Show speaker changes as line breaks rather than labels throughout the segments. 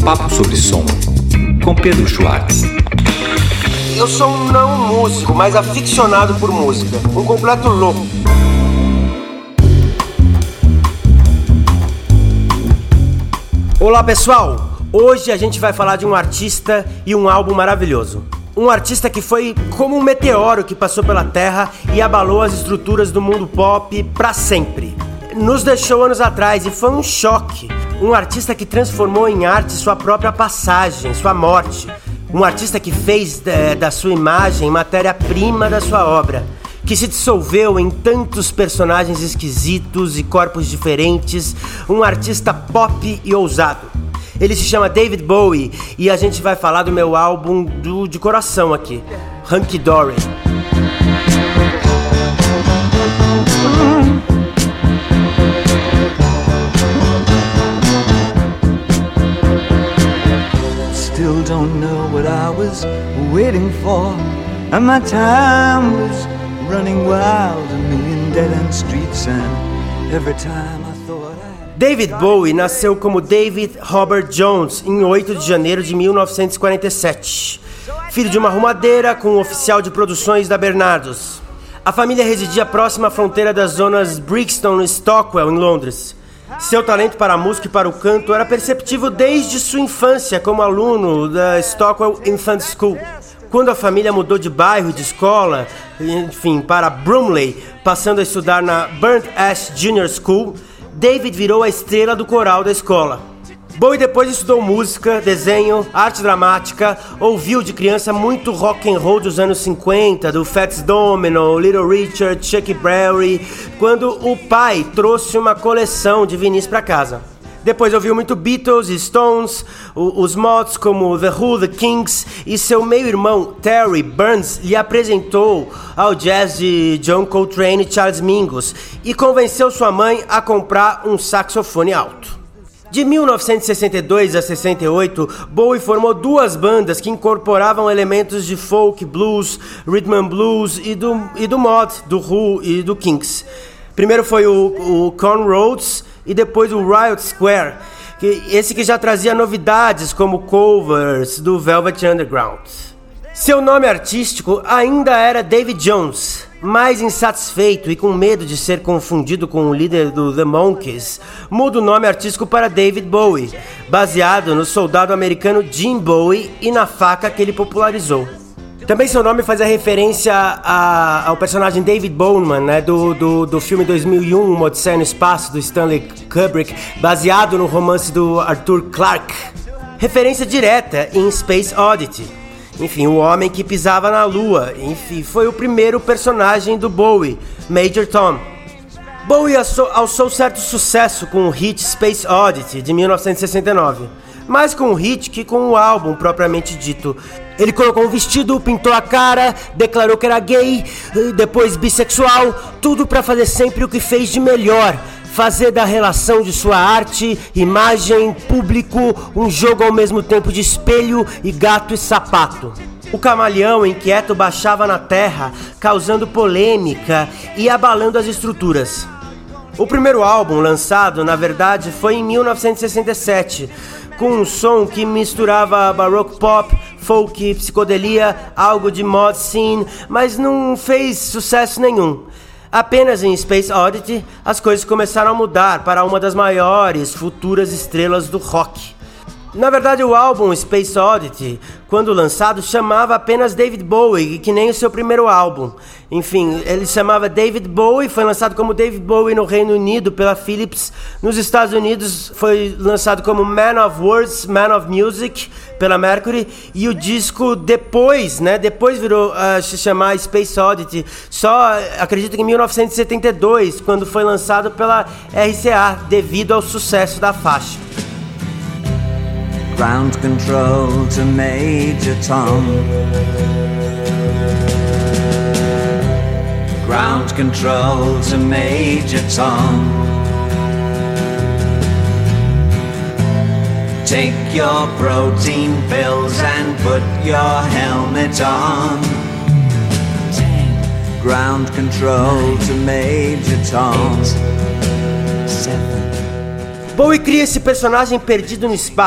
Papo sobre Som, com Pedro Schwartz.
Eu sou um não músico, mas aficionado por música. Um completo louco. Olá pessoal! Hoje a gente vai falar de um artista e um álbum maravilhoso. Um artista que foi como um meteoro que passou pela Terra e abalou as estruturas do mundo pop pra sempre. Nos deixou anos atrás e foi um choque. Um artista que transformou em arte sua própria passagem, sua morte. Um artista que fez da sua imagem matéria-prima da sua obra. Que se dissolveu em tantos personagens esquisitos e corpos diferentes. Um artista pop e ousado. Ele se chama David Bowie e a gente vai falar do meu álbum de coração aqui, Hunky Dory.
Still don't know what I was waiting for, and my time was running wild, a million dead-end streets, and every time I thought
David Bowie nasceu como David Robert Jones em 8 de janeiro de 1947, filho de uma arrumadeira com um oficial de produções da Bernardos. A família residia próxima à fronteira das zonas Brixton e Stockwell, em Londres. Seu talento para a música e para o canto era perceptível desde sua infância como aluno da Stockwell Infant School. Quando a família mudou de bairro e de escola, para Bromley, passando a estudar na Burnt Ash Junior School, David virou a estrela do coral da escola. Bowie depois estudou música, desenho, arte dramática, ouviu de criança muito rock and roll dos anos 50, do Fats Domino, Little Richard, Chuck Berry, quando o pai trouxe uma coleção de vinis para casa. Depois ouviu muito Beatles e Stones, os mods como The Who, The Kings, e seu meio-irmão Terry Burns lhe apresentou ao jazz de John Coltrane e Charles Mingus e convenceu sua mãe a comprar um saxofone alto. De 1962 a 68, Bowie formou duas bandas que incorporavam elementos de folk, blues, rhythm and blues e do mod, do Who e do Kings. Primeiro foi o Cornroads e depois o Riot Square, esse que já trazia novidades como covers do Velvet Underground. Seu nome artístico ainda era David Jones, mas insatisfeito e com medo de ser confundido com o líder do The Monkees, muda o nome artístico para David Bowie, baseado no soldado americano Jim Bowie e na faca que ele popularizou. Também seu nome faz a referência ao personagem David Bowman, né, do filme 2001, Uma Odisseia no Espaço, do Stanley Kubrick, baseado no romance do Arthur Clarke. Referência direta em Space Oddity. Enfim, o homem que pisava na lua. Enfim, foi o primeiro personagem do Bowie, Major Tom. Bowie alçou certo sucesso com o hit Space Oddity, de 1969. Mais com o hit que com o álbum propriamente dito. Ele colocou um vestido, pintou a cara, declarou que era gay, depois bissexual, tudo para fazer sempre o que fez de melhor. Fazer da relação de sua arte, imagem, público, um jogo ao mesmo tempo de espelho e gato e sapato. O camaleão inquieto baixava na terra, causando polêmica e abalando as estruturas. O primeiro álbum lançado, na verdade, foi em 1967, com um som que misturava baroque pop, folk, psicodelia, algo de mod scene, mas não fez sucesso nenhum. Apenas em Space Oddity, as coisas começaram a mudar para uma das maiores futuras estrelas do rock. Na verdade, o álbum Space Oddity, quando lançado, chamava apenas David Bowie, que nem o seu primeiro álbum. Enfim, ele chamava David Bowie, foi lançado como David Bowie no Reino Unido pela Philips. Nos Estados Unidos foi lançado como Man of Words, Man of Music pela Mercury. E o disco depois virou a se chamar Space Oddity, só acredito que em 1972, quando foi lançado pela RCA, devido ao sucesso da faixa.
ground control to Major Tom. Ground control to Major Tom. Take your protein pills and put your helmet on. 10. Ground control to Major Tom.
8, 7. Bowie cria esse personagem perdido no espaço,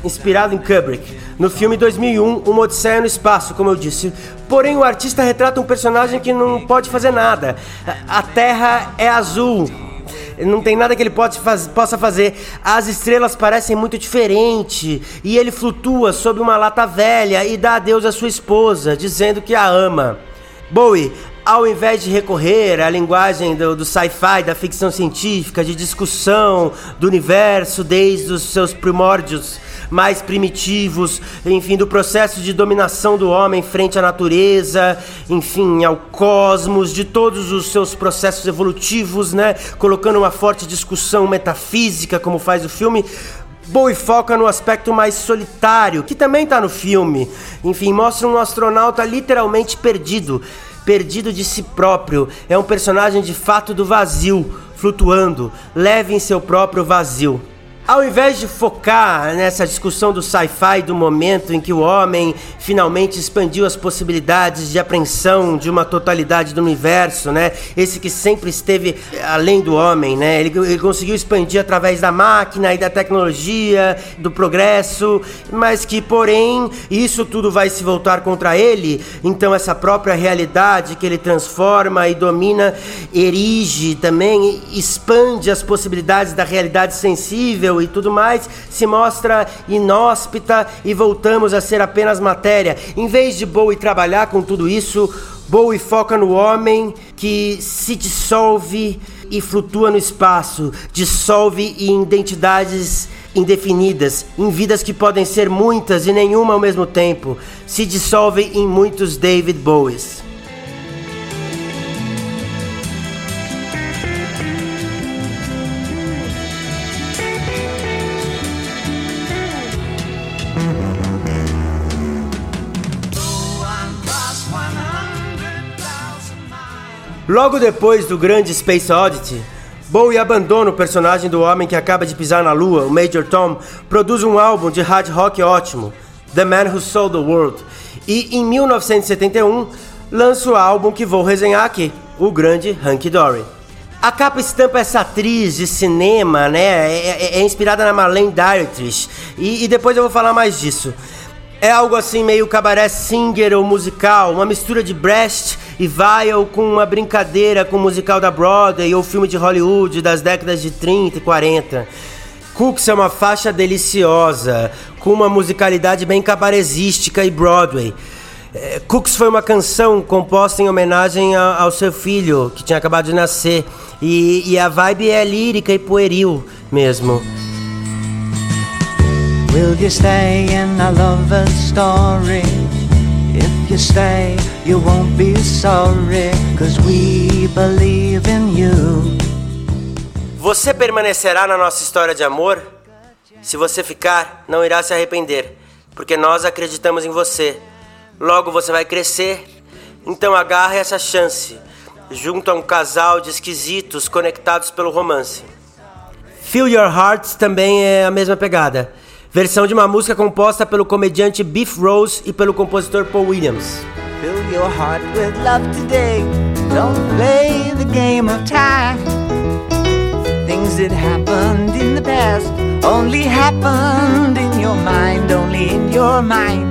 inspirado em Kubrick, no filme 2001, Uma Odisseia no Espaço, como eu disse. Porém, o artista retrata um personagem que não pode fazer nada. A Terra é azul. Não tem nada que ele possa fazer. As estrelas parecem muito diferentes. E ele flutua sob uma lata velha e dá adeus à sua esposa, dizendo que a ama. Bowie, ao invés de recorrer à linguagem do sci-fi, da ficção científica, de discussão do universo desde os seus primórdios mais primitivos, enfim, do processo de dominação do homem frente à natureza, enfim, ao cosmos, de todos os seus processos evolutivos, né? Colocando uma forte discussão metafísica, como faz o filme, Bowie foca no aspecto mais solitário, que também está no filme. Enfim, mostra um astronauta literalmente perdido de si próprio. É um personagem de fato do vazio, flutuando, leve em seu próprio vazio. Ao invés de focar nessa discussão do sci-fi do momento em que o homem finalmente expandiu as possibilidades de apreensão de uma totalidade do universo, né? Esse que sempre esteve além do homem, né? Ele conseguiu expandir através da máquina e da tecnologia, do progresso, mas que, porém, isso tudo vai se voltar contra ele. Então essa própria realidade que ele transforma e domina, erige também, expande as possibilidades da realidade sensível e tudo mais, se mostra inóspita e voltamos a ser apenas matéria. Em vez de Bowie trabalhar com tudo isso, Bowie foca no homem que se dissolve e flutua no espaço, dissolve em identidades indefinidas, em vidas que podem ser muitas e nenhuma ao mesmo tempo, se dissolve em muitos David Bowies. Logo depois do grande Space Oddity, Bowie abandona o personagem do homem que acaba de pisar na Lua, o Major Tom, produz um álbum de hard rock ótimo, The Man Who Sold the World, e em 1971 lança o álbum que vou resenhar aqui, o grande Hunky Dory. A capa estampa essa atriz de cinema, né? É inspirada na Marlene Dietrich, e depois eu vou falar mais disso. É algo assim meio cabaré singer ou musical, uma mistura de Brecht e Weill com uma brincadeira com o musical da Broadway ou filme de Hollywood das décadas de 30 e 40. Cooks é uma faixa deliciosa, com uma musicalidade bem cabarezística e Broadway. Cooks foi uma canção composta em homenagem ao seu filho, que tinha acabado de nascer, e a vibe é lírica e pueril mesmo.
Will you stay in a lover's story? If you stay, you won't be sorry, 'cause we believe in you.
Você permanecerá na nossa história de amor? Se você ficar, não irá se arrepender, porque nós acreditamos em você. Logo você vai crescer, então agarre essa chance, junto a um casal de esquisitos conectados pelo romance. Feel Your Heart também é a mesma pegada. Versão de uma música composta pelo comediante Biff Rose e pelo compositor Paul Williams.
Fill your heart with love today. Don't play the game of time. Things that happened in the past only happened in your mind, only in your mind.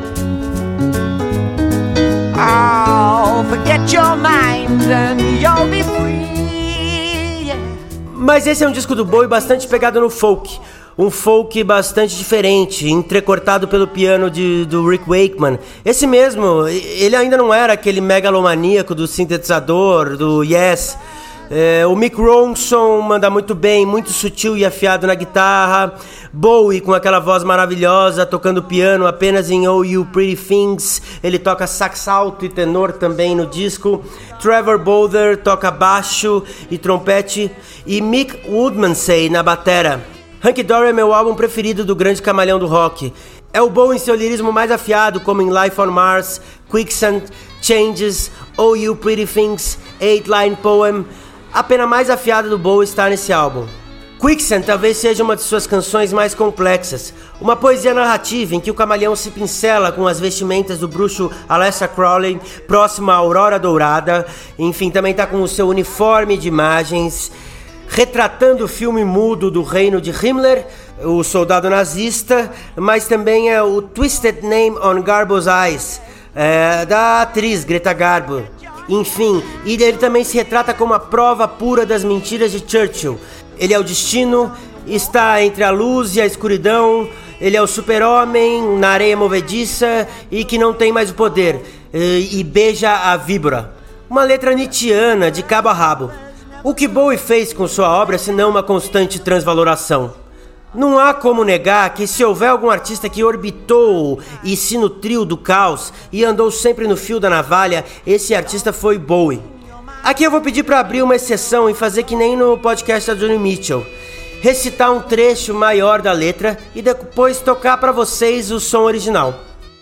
Oh, forget your mind and you'll be free. Yeah.
Mas esse é um disco do Bowie bastante pegado no folk. Um folk bastante diferente, entrecortado pelo piano do Rick Wakeman. Esse mesmo, ele ainda não era aquele megalomaníaco do sintetizador, do Yes. O Mick Ronson manda muito bem, muito sutil e afiado na guitarra. Bowie com aquela voz maravilhosa, tocando piano apenas em Oh You Pretty Things. Ele toca sax alto e tenor também no disco. Trevor Bolder toca baixo e trompete. E Mick Woodmansey na batera. Hunky Dory é meu álbum preferido do grande camaleão do rock. É o Bowie em seu lirismo mais afiado, como em Life on Mars, Quicksand, Changes, Oh You Pretty Things, 8-Line Poem. A pena mais afiada do Bowie está nesse álbum. Quicksand talvez seja uma de suas canções mais complexas. Uma poesia narrativa em que o camaleão se pincela com as vestimentas do bruxo Aleister Crowley, próximo à aurora dourada. Enfim, também está com o seu uniforme de imagens. retratando o filme mudo do reino de Himmler, o soldado nazista, mas também é o Twisted Name on Garbo's Eyes, da atriz Greta Garbo. Enfim, e ele também se retrata como a prova pura das mentiras de Churchill. Ele é o destino, está entre a luz e a escuridão, ele é o super-homem na areia movediça e que não tem mais o poder, e beija a víbora. Uma letra nietzschiana de cabo a rabo. O que Bowie fez com sua obra senão uma constante transvaloração? Não há como negar que se houver algum artista que orbitou e se nutriu do caos e andou sempre no fio da navalha, esse artista foi Bowie. Aqui eu vou pedir para abrir uma exceção e fazer que nem no podcast da Joni Mitchell. Recitar um trecho maior da letra e depois tocar para vocês o som original.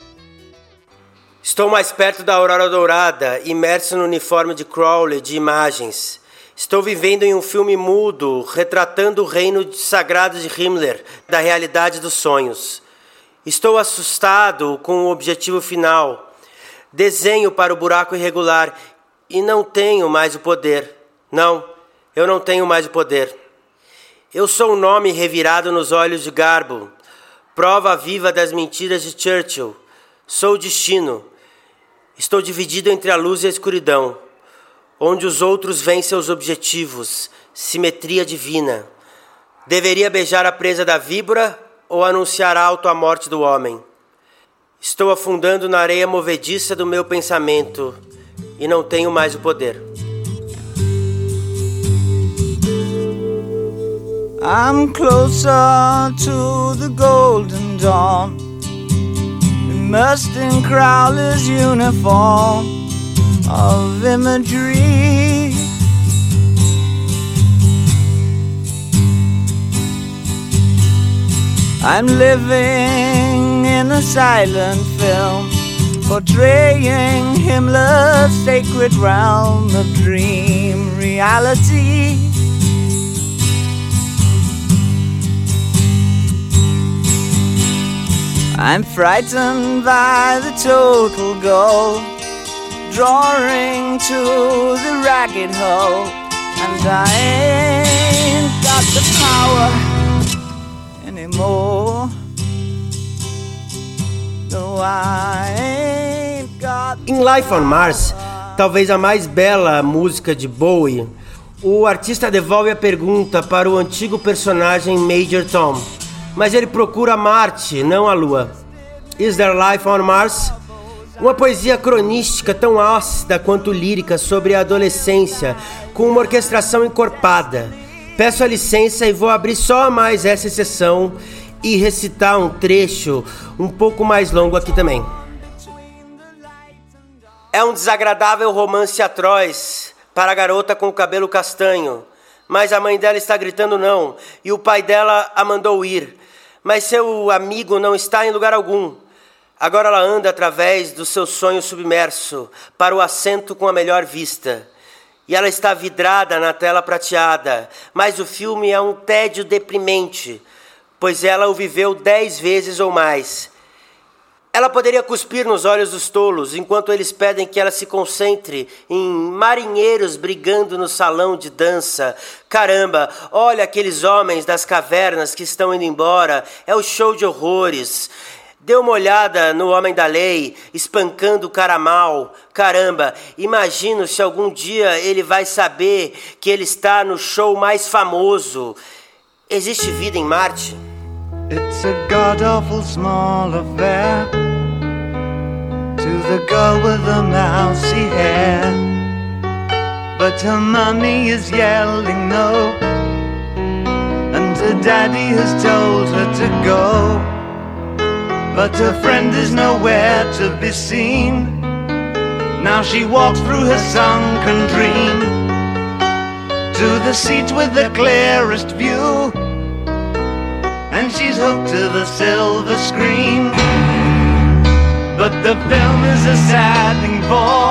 Estou mais perto da aurora dourada, imerso no uniforme de Crowley de imagens. Estou vivendo em um filme mudo, retratando o reino sagrado de Himmler, da realidade dos sonhos. Estou assustado com o objetivo final. Desenho para o buraco irregular e não tenho mais o poder. Não, eu não tenho mais o poder. Eu sou um nome revirado nos olhos de Garbo, prova viva das mentiras de Churchill. Sou o destino. Estou dividido entre a luz e a escuridão, onde os outros veem seus objetivos, simetria divina. Deveria beijar a presa da víbora ou anunciar alto a morte do homem. Estou afundando na areia movediça do meu pensamento e não tenho mais o poder.
I'm closer to the golden dawn, immersed in Crowley's uniform of imagery. I'm living in a silent film, portraying Himmler's sacred realm of dream reality. I'm frightened by the total goal, drawing to the ragged hole, and I ain't got the power anymore. No, I ain't got the
Em Life on Mars, talvez a mais bela música de Bowie, o artista devolve a pergunta para o antigo personagem Major Tom, mas ele procura Marte, não a Lua. Is there life on Mars? Uma poesia cronística tão ácida quanto lírica sobre a adolescência, com uma orquestração encorpada. Peço a licença e vou abrir só mais essa exceção e recitar um trecho um pouco mais longo aqui também. É um desagradável romance atroz para a garota com o cabelo castanho, mas a mãe dela está gritando não, e o pai dela a mandou ir, mas seu amigo não está em lugar algum. Agora ela anda através do seu sonho submerso para o assento com a melhor vista. E ela está vidrada na tela prateada, mas o filme é um tédio deprimente, pois ela o viveu 10 vezes ou mais. Ela poderia cuspir nos olhos dos tolos, enquanto eles pedem que ela se concentre em marinheiros brigando no salão de dança. Caramba, olha aqueles homens das cavernas que estão indo embora, é o show de horrores. Dê uma olhada no Homem da Lei, espancando o cara mal. Caramba, imagino se algum dia ele vai saber que ele está no show mais famoso. Existe vida em Marte?
It's a god-awful small affair to the girl with the mousy hair, but her mommy is yelling no, and her daddy has told her to go, but her friend is nowhere to be seen. Now she walks through her sunken dream to the seat with the clearest view, and she's hooked to the silver screen. But the film is a sad thing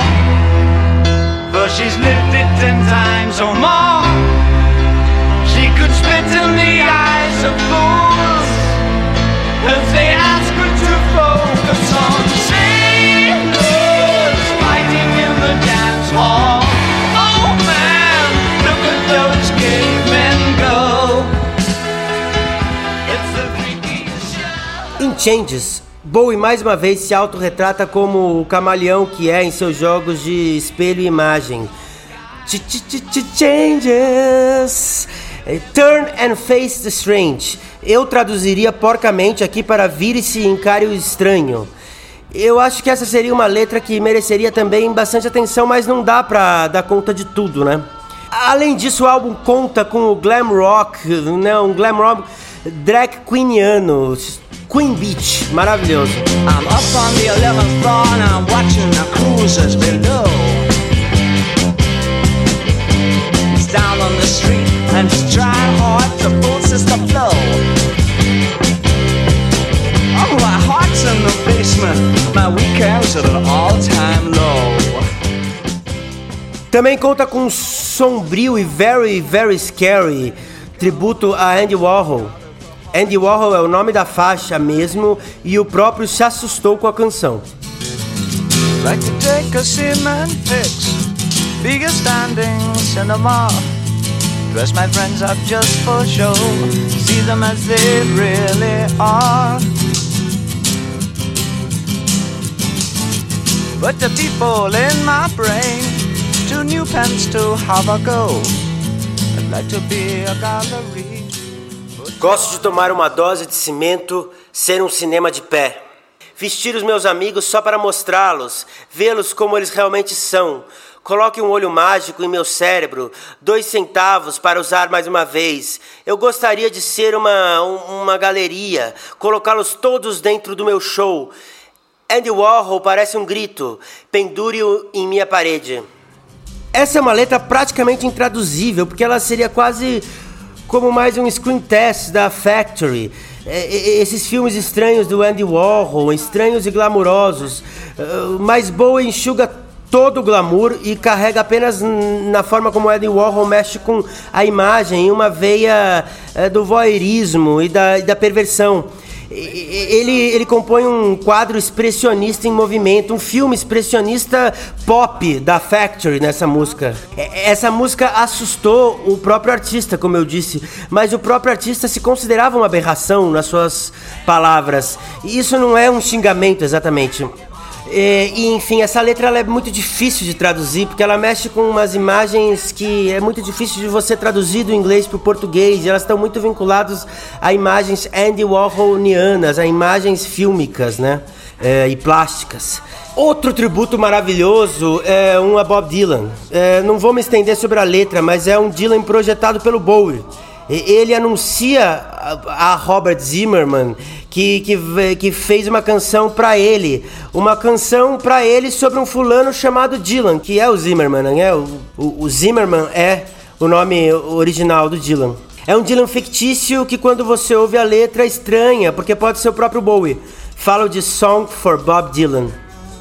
for she's lived it 10 times or more. She could spit in the eyes of fools if they ask her to focus on sailors fighting in the dance hall. Oh man, look at those cavemen
Changes. Bowie mais uma vez se autorretrata como o camaleão que é em seus jogos de espelho e imagem. Changes. Turn and face the strange. Eu traduziria porcamente aqui para vire-se e encare o estranho. Eu acho que essa seria uma letra que mereceria também bastante atenção, mas não dá pra dar conta de tudo, né? Além disso, o álbum conta com o glam rock, né? Um glam rock drag queeniano, Queen Beach, maravilhoso.
I'm up on the 11th floor and I'm watching the cruisers below. It's down on the street and it's trying hard to force the flow. Oh, my heart's in the basement, my weekends are at an all-time low.
Também conta com um sombrio e very, very scary tributo a Andy Warhol. Andy Warhol é o nome da faixa mesmo e o próprio se assustou com a canção.
Like to take a cement fix, bigger standing cinema. Dress my friends up just for show, see them as they really are. But the people in my brain, two new pens to have a go. I'd like to be a gallery.
Gosto de tomar uma dose de cimento, ser um cinema de pé. Vestir os meus amigos só para mostrá-los, vê-los como eles realmente são. Coloque um olho mágico em meu cérebro, 2 centavos para usar mais uma vez. Eu gostaria de ser uma galeria, colocá-los todos dentro do meu show. Andy Warhol parece um grito, pendure-o em minha parede. Essa é uma letra praticamente intraduzível, porque ela seria quase como mais um screen test da Factory. Esses filmes estranhos do Andy Warhol, estranhos e glamurosos. Mas Bowie enxuga todo o glamour e carrega apenas na forma como Andy Warhol mexe com a imagem, em uma veia do voyeurismo e da perversão. Ele compõe um quadro expressionista em movimento, um filme expressionista pop da Factory nessa música. Essa música assustou o próprio artista, como eu disse, mas o próprio artista se considerava uma aberração nas suas palavras. E isso não é um xingamento exatamente. Enfim, essa letra ela é muito difícil de traduzir, porque ela mexe com umas imagens que é muito difícil de você traduzir do inglês para o português, e elas estão muito vinculadas a imagens Andy Warholianas, a imagens fílmicas, né? E plásticas. Outro tributo maravilhoso é um a Bob Dylan. Não vou me estender sobre a letra, mas é um Dylan projetado pelo Bowie. Ele anuncia a Robert Zimmerman que fez uma canção pra ele. Uma canção pra ele sobre um fulano chamado Dylan, que é o Zimmerman, né? O Zimmerman é o nome original do Dylan. É um Dylan fictício que quando você ouve a letra é estranha, porque pode ser o próprio Bowie. Falo de Song for Bob Dylan.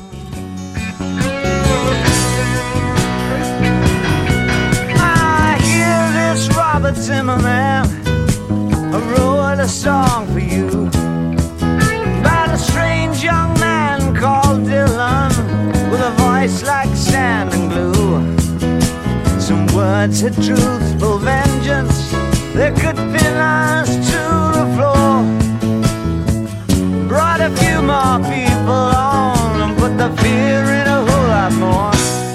Robert Zimmerman, I wrote a song for you about a strange young man called Dylan, with a voice like sand and glue. Some words had truthful vengeance, they could pin us to the floor. Brought a few more people on and put the fear in a whole lot more.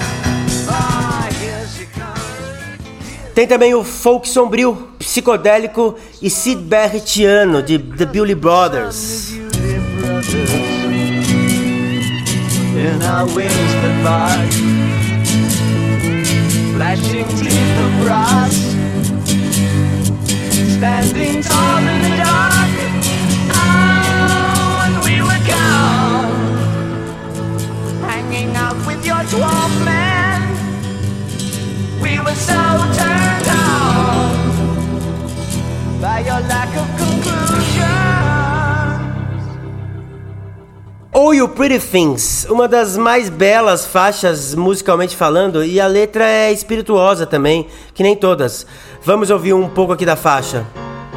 Tem também o folk sombrio, psicodélico e Sid Barrettiano, de The Billy Brothers.
In our wings that bark, flashing teeth of brass, standing tall in the dark. Oh, and we were gone, hanging out with your dwarf man. We were so turned on by your lack of conclusion.
Oh, You Pretty Things, uma das mais belas faixas musicalmente falando, e a letra é espirituosa também, que nem todas. Vamos ouvir um pouco aqui da faixa.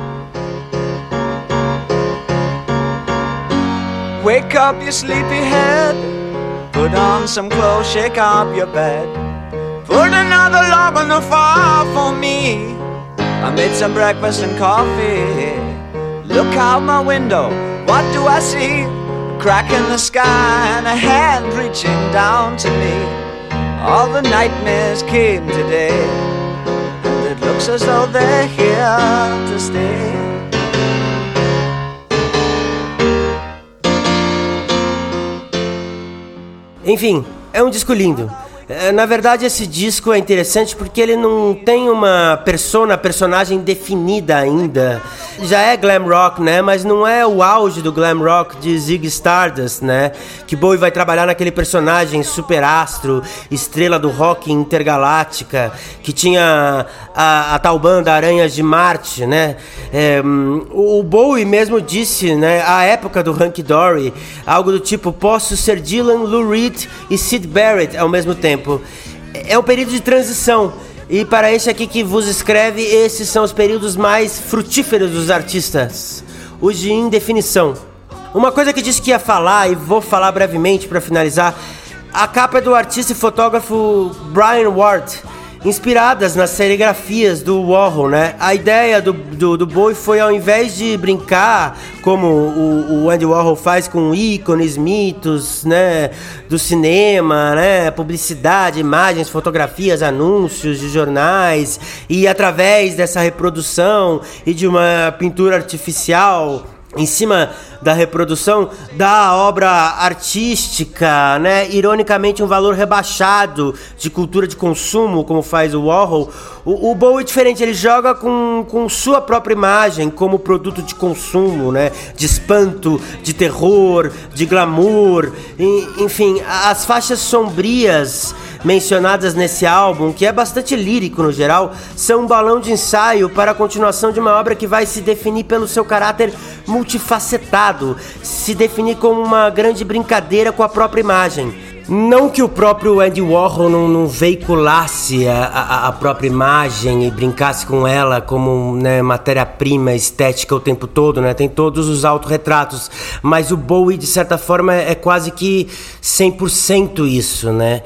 Wake up, you sleepyhead. Put on some clothes, shake up your bed. Put another log on the fire for me. I made some breakfast and coffee. Look out my window,
What do I see? A crack in the sky and a hand reaching down to me. All the nightmares came today, and it looks as though they're here to stay.
Enfim, é um disco lindo. Na verdade, esse disco é interessante porque ele não tem uma personagem definida ainda. Já é glam rock, né? Mas não é o auge do glam rock de Ziggy Stardust, né? Que Bowie vai trabalhar naquele personagem superastro, estrela do rock intergaláctica, que tinha a tal banda Aranhas de Marte, né? O Bowie mesmo disse, né? À época do Hunky Dory, algo do tipo: posso ser Dylan, Lou Reed e Syd Barrett ao mesmo tempo. É um período de transição, e para esse aqui que vos escreve, esses são os períodos mais frutíferos dos artistas, os de indefinição. Uma coisa que disse que ia falar, e vou falar brevemente para finalizar: a capa é do artista e fotógrafo Brian Ward, inspiradas nas serigrafias do Warhol, né? A ideia do Bowie foi, ao invés de brincar como o Andy Warhol faz com ícones, mitos, né, do cinema, né, publicidade, imagens, fotografias, anúncios de jornais, e através dessa reprodução e de uma pintura artificial em cima da reprodução da obra artística, né? Ironicamente, um valor rebaixado de cultura de consumo, como faz o Warhol. O Bowie é diferente, ele joga com sua própria imagem como produto de consumo, né? De espanto, de terror, de glamour, enfim, as faixas sombrias mencionadas nesse álbum, que é bastante lírico no geral, são um balão de ensaio para a continuação de uma obra que vai se definir pelo seu caráter multifacetado, se definir como uma grande brincadeira com a própria imagem. Não que o próprio Andy Warhol não veiculasse a própria imagem e brincasse com ela como, né, matéria-prima estética o tempo todo, né? Tem todos os autorretratos, mas o Bowie, de certa forma, é quase que 100% isso, né?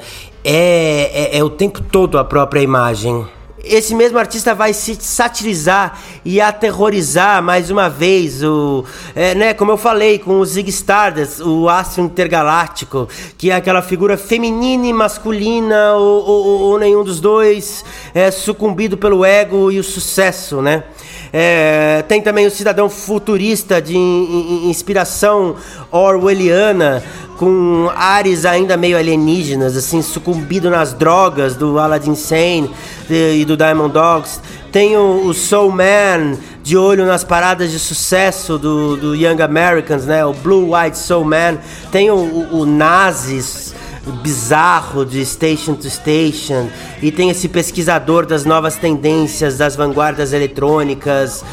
É o tempo todo a própria imagem. Esse mesmo artista vai se satirizar e aterrorizar mais uma vez, né, como eu falei, com o Ziggy Stardust, o astro intergaláctico, que é aquela figura feminina e masculina, ou nenhum dos dois, sucumbido pelo ego e o sucesso, né? Tem também o cidadão futurista de inspiração orwelliana, com ares ainda meio alienígenas, assim, sucumbido nas drogas do Aladdin Sane e do Diamond Dogs. Tem o Soul Man, de olho nas paradas de sucesso do Young Americans, né? O Blue White Soul Man. Tem o Nazis bizarro de Station to Station, e tem esse pesquisador das novas tendências, das vanguardas eletrônicas,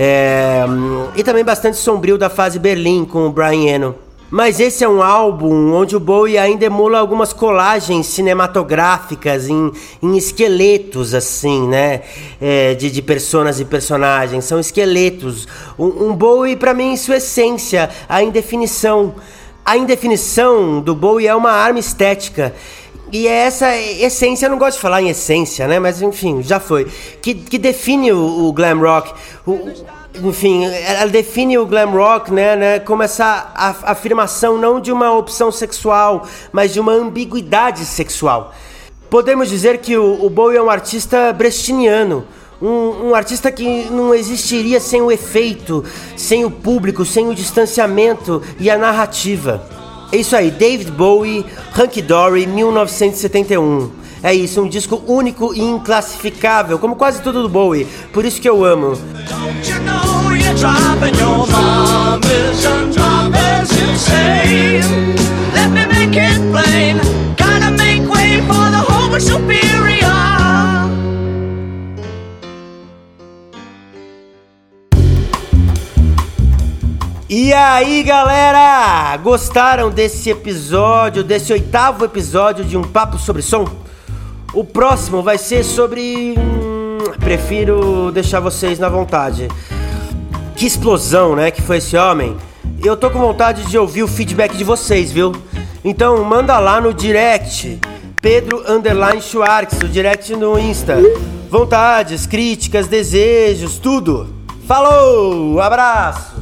e também bastante sombrio da fase Berlim com o Brian Eno. Mas esse é um álbum onde o Bowie ainda emula algumas colagens cinematográficas em esqueletos, assim, né? De personas e personagens. São esqueletos. Um Bowie, pra mim, em sua essência, a indefinição. A indefinição do Bowie é uma arma estética. E é essa essência, eu não gosto de falar em essência, né? Mas enfim, já foi. Que define o glam rock. Enfim, ela define o glam rock, né, como essa afirmação não de uma opção sexual, mas de uma ambiguidade sexual. Podemos dizer que o Bowie é um artista brechtiano, um artista que não existiria sem o efeito, sem o público, sem o distanciamento e a narrativa. É isso aí, David Bowie, Hunky Dory, 1971. É isso, um disco único e inclassificável, como quase tudo do Bowie, por isso que eu amo. E aí, galera, gostaram desse episódio, desse 8º episódio de Um Papo Sobre Som? O próximo vai ser sobre... prefiro deixar vocês na vontade. Que explosão, né, que foi esse homem. Eu tô com vontade de ouvir o feedback de vocês, viu? Então manda lá no direct, Pedro_Schwartz, o direct no Insta. Vontades, críticas, desejos, tudo. Falou, abraço!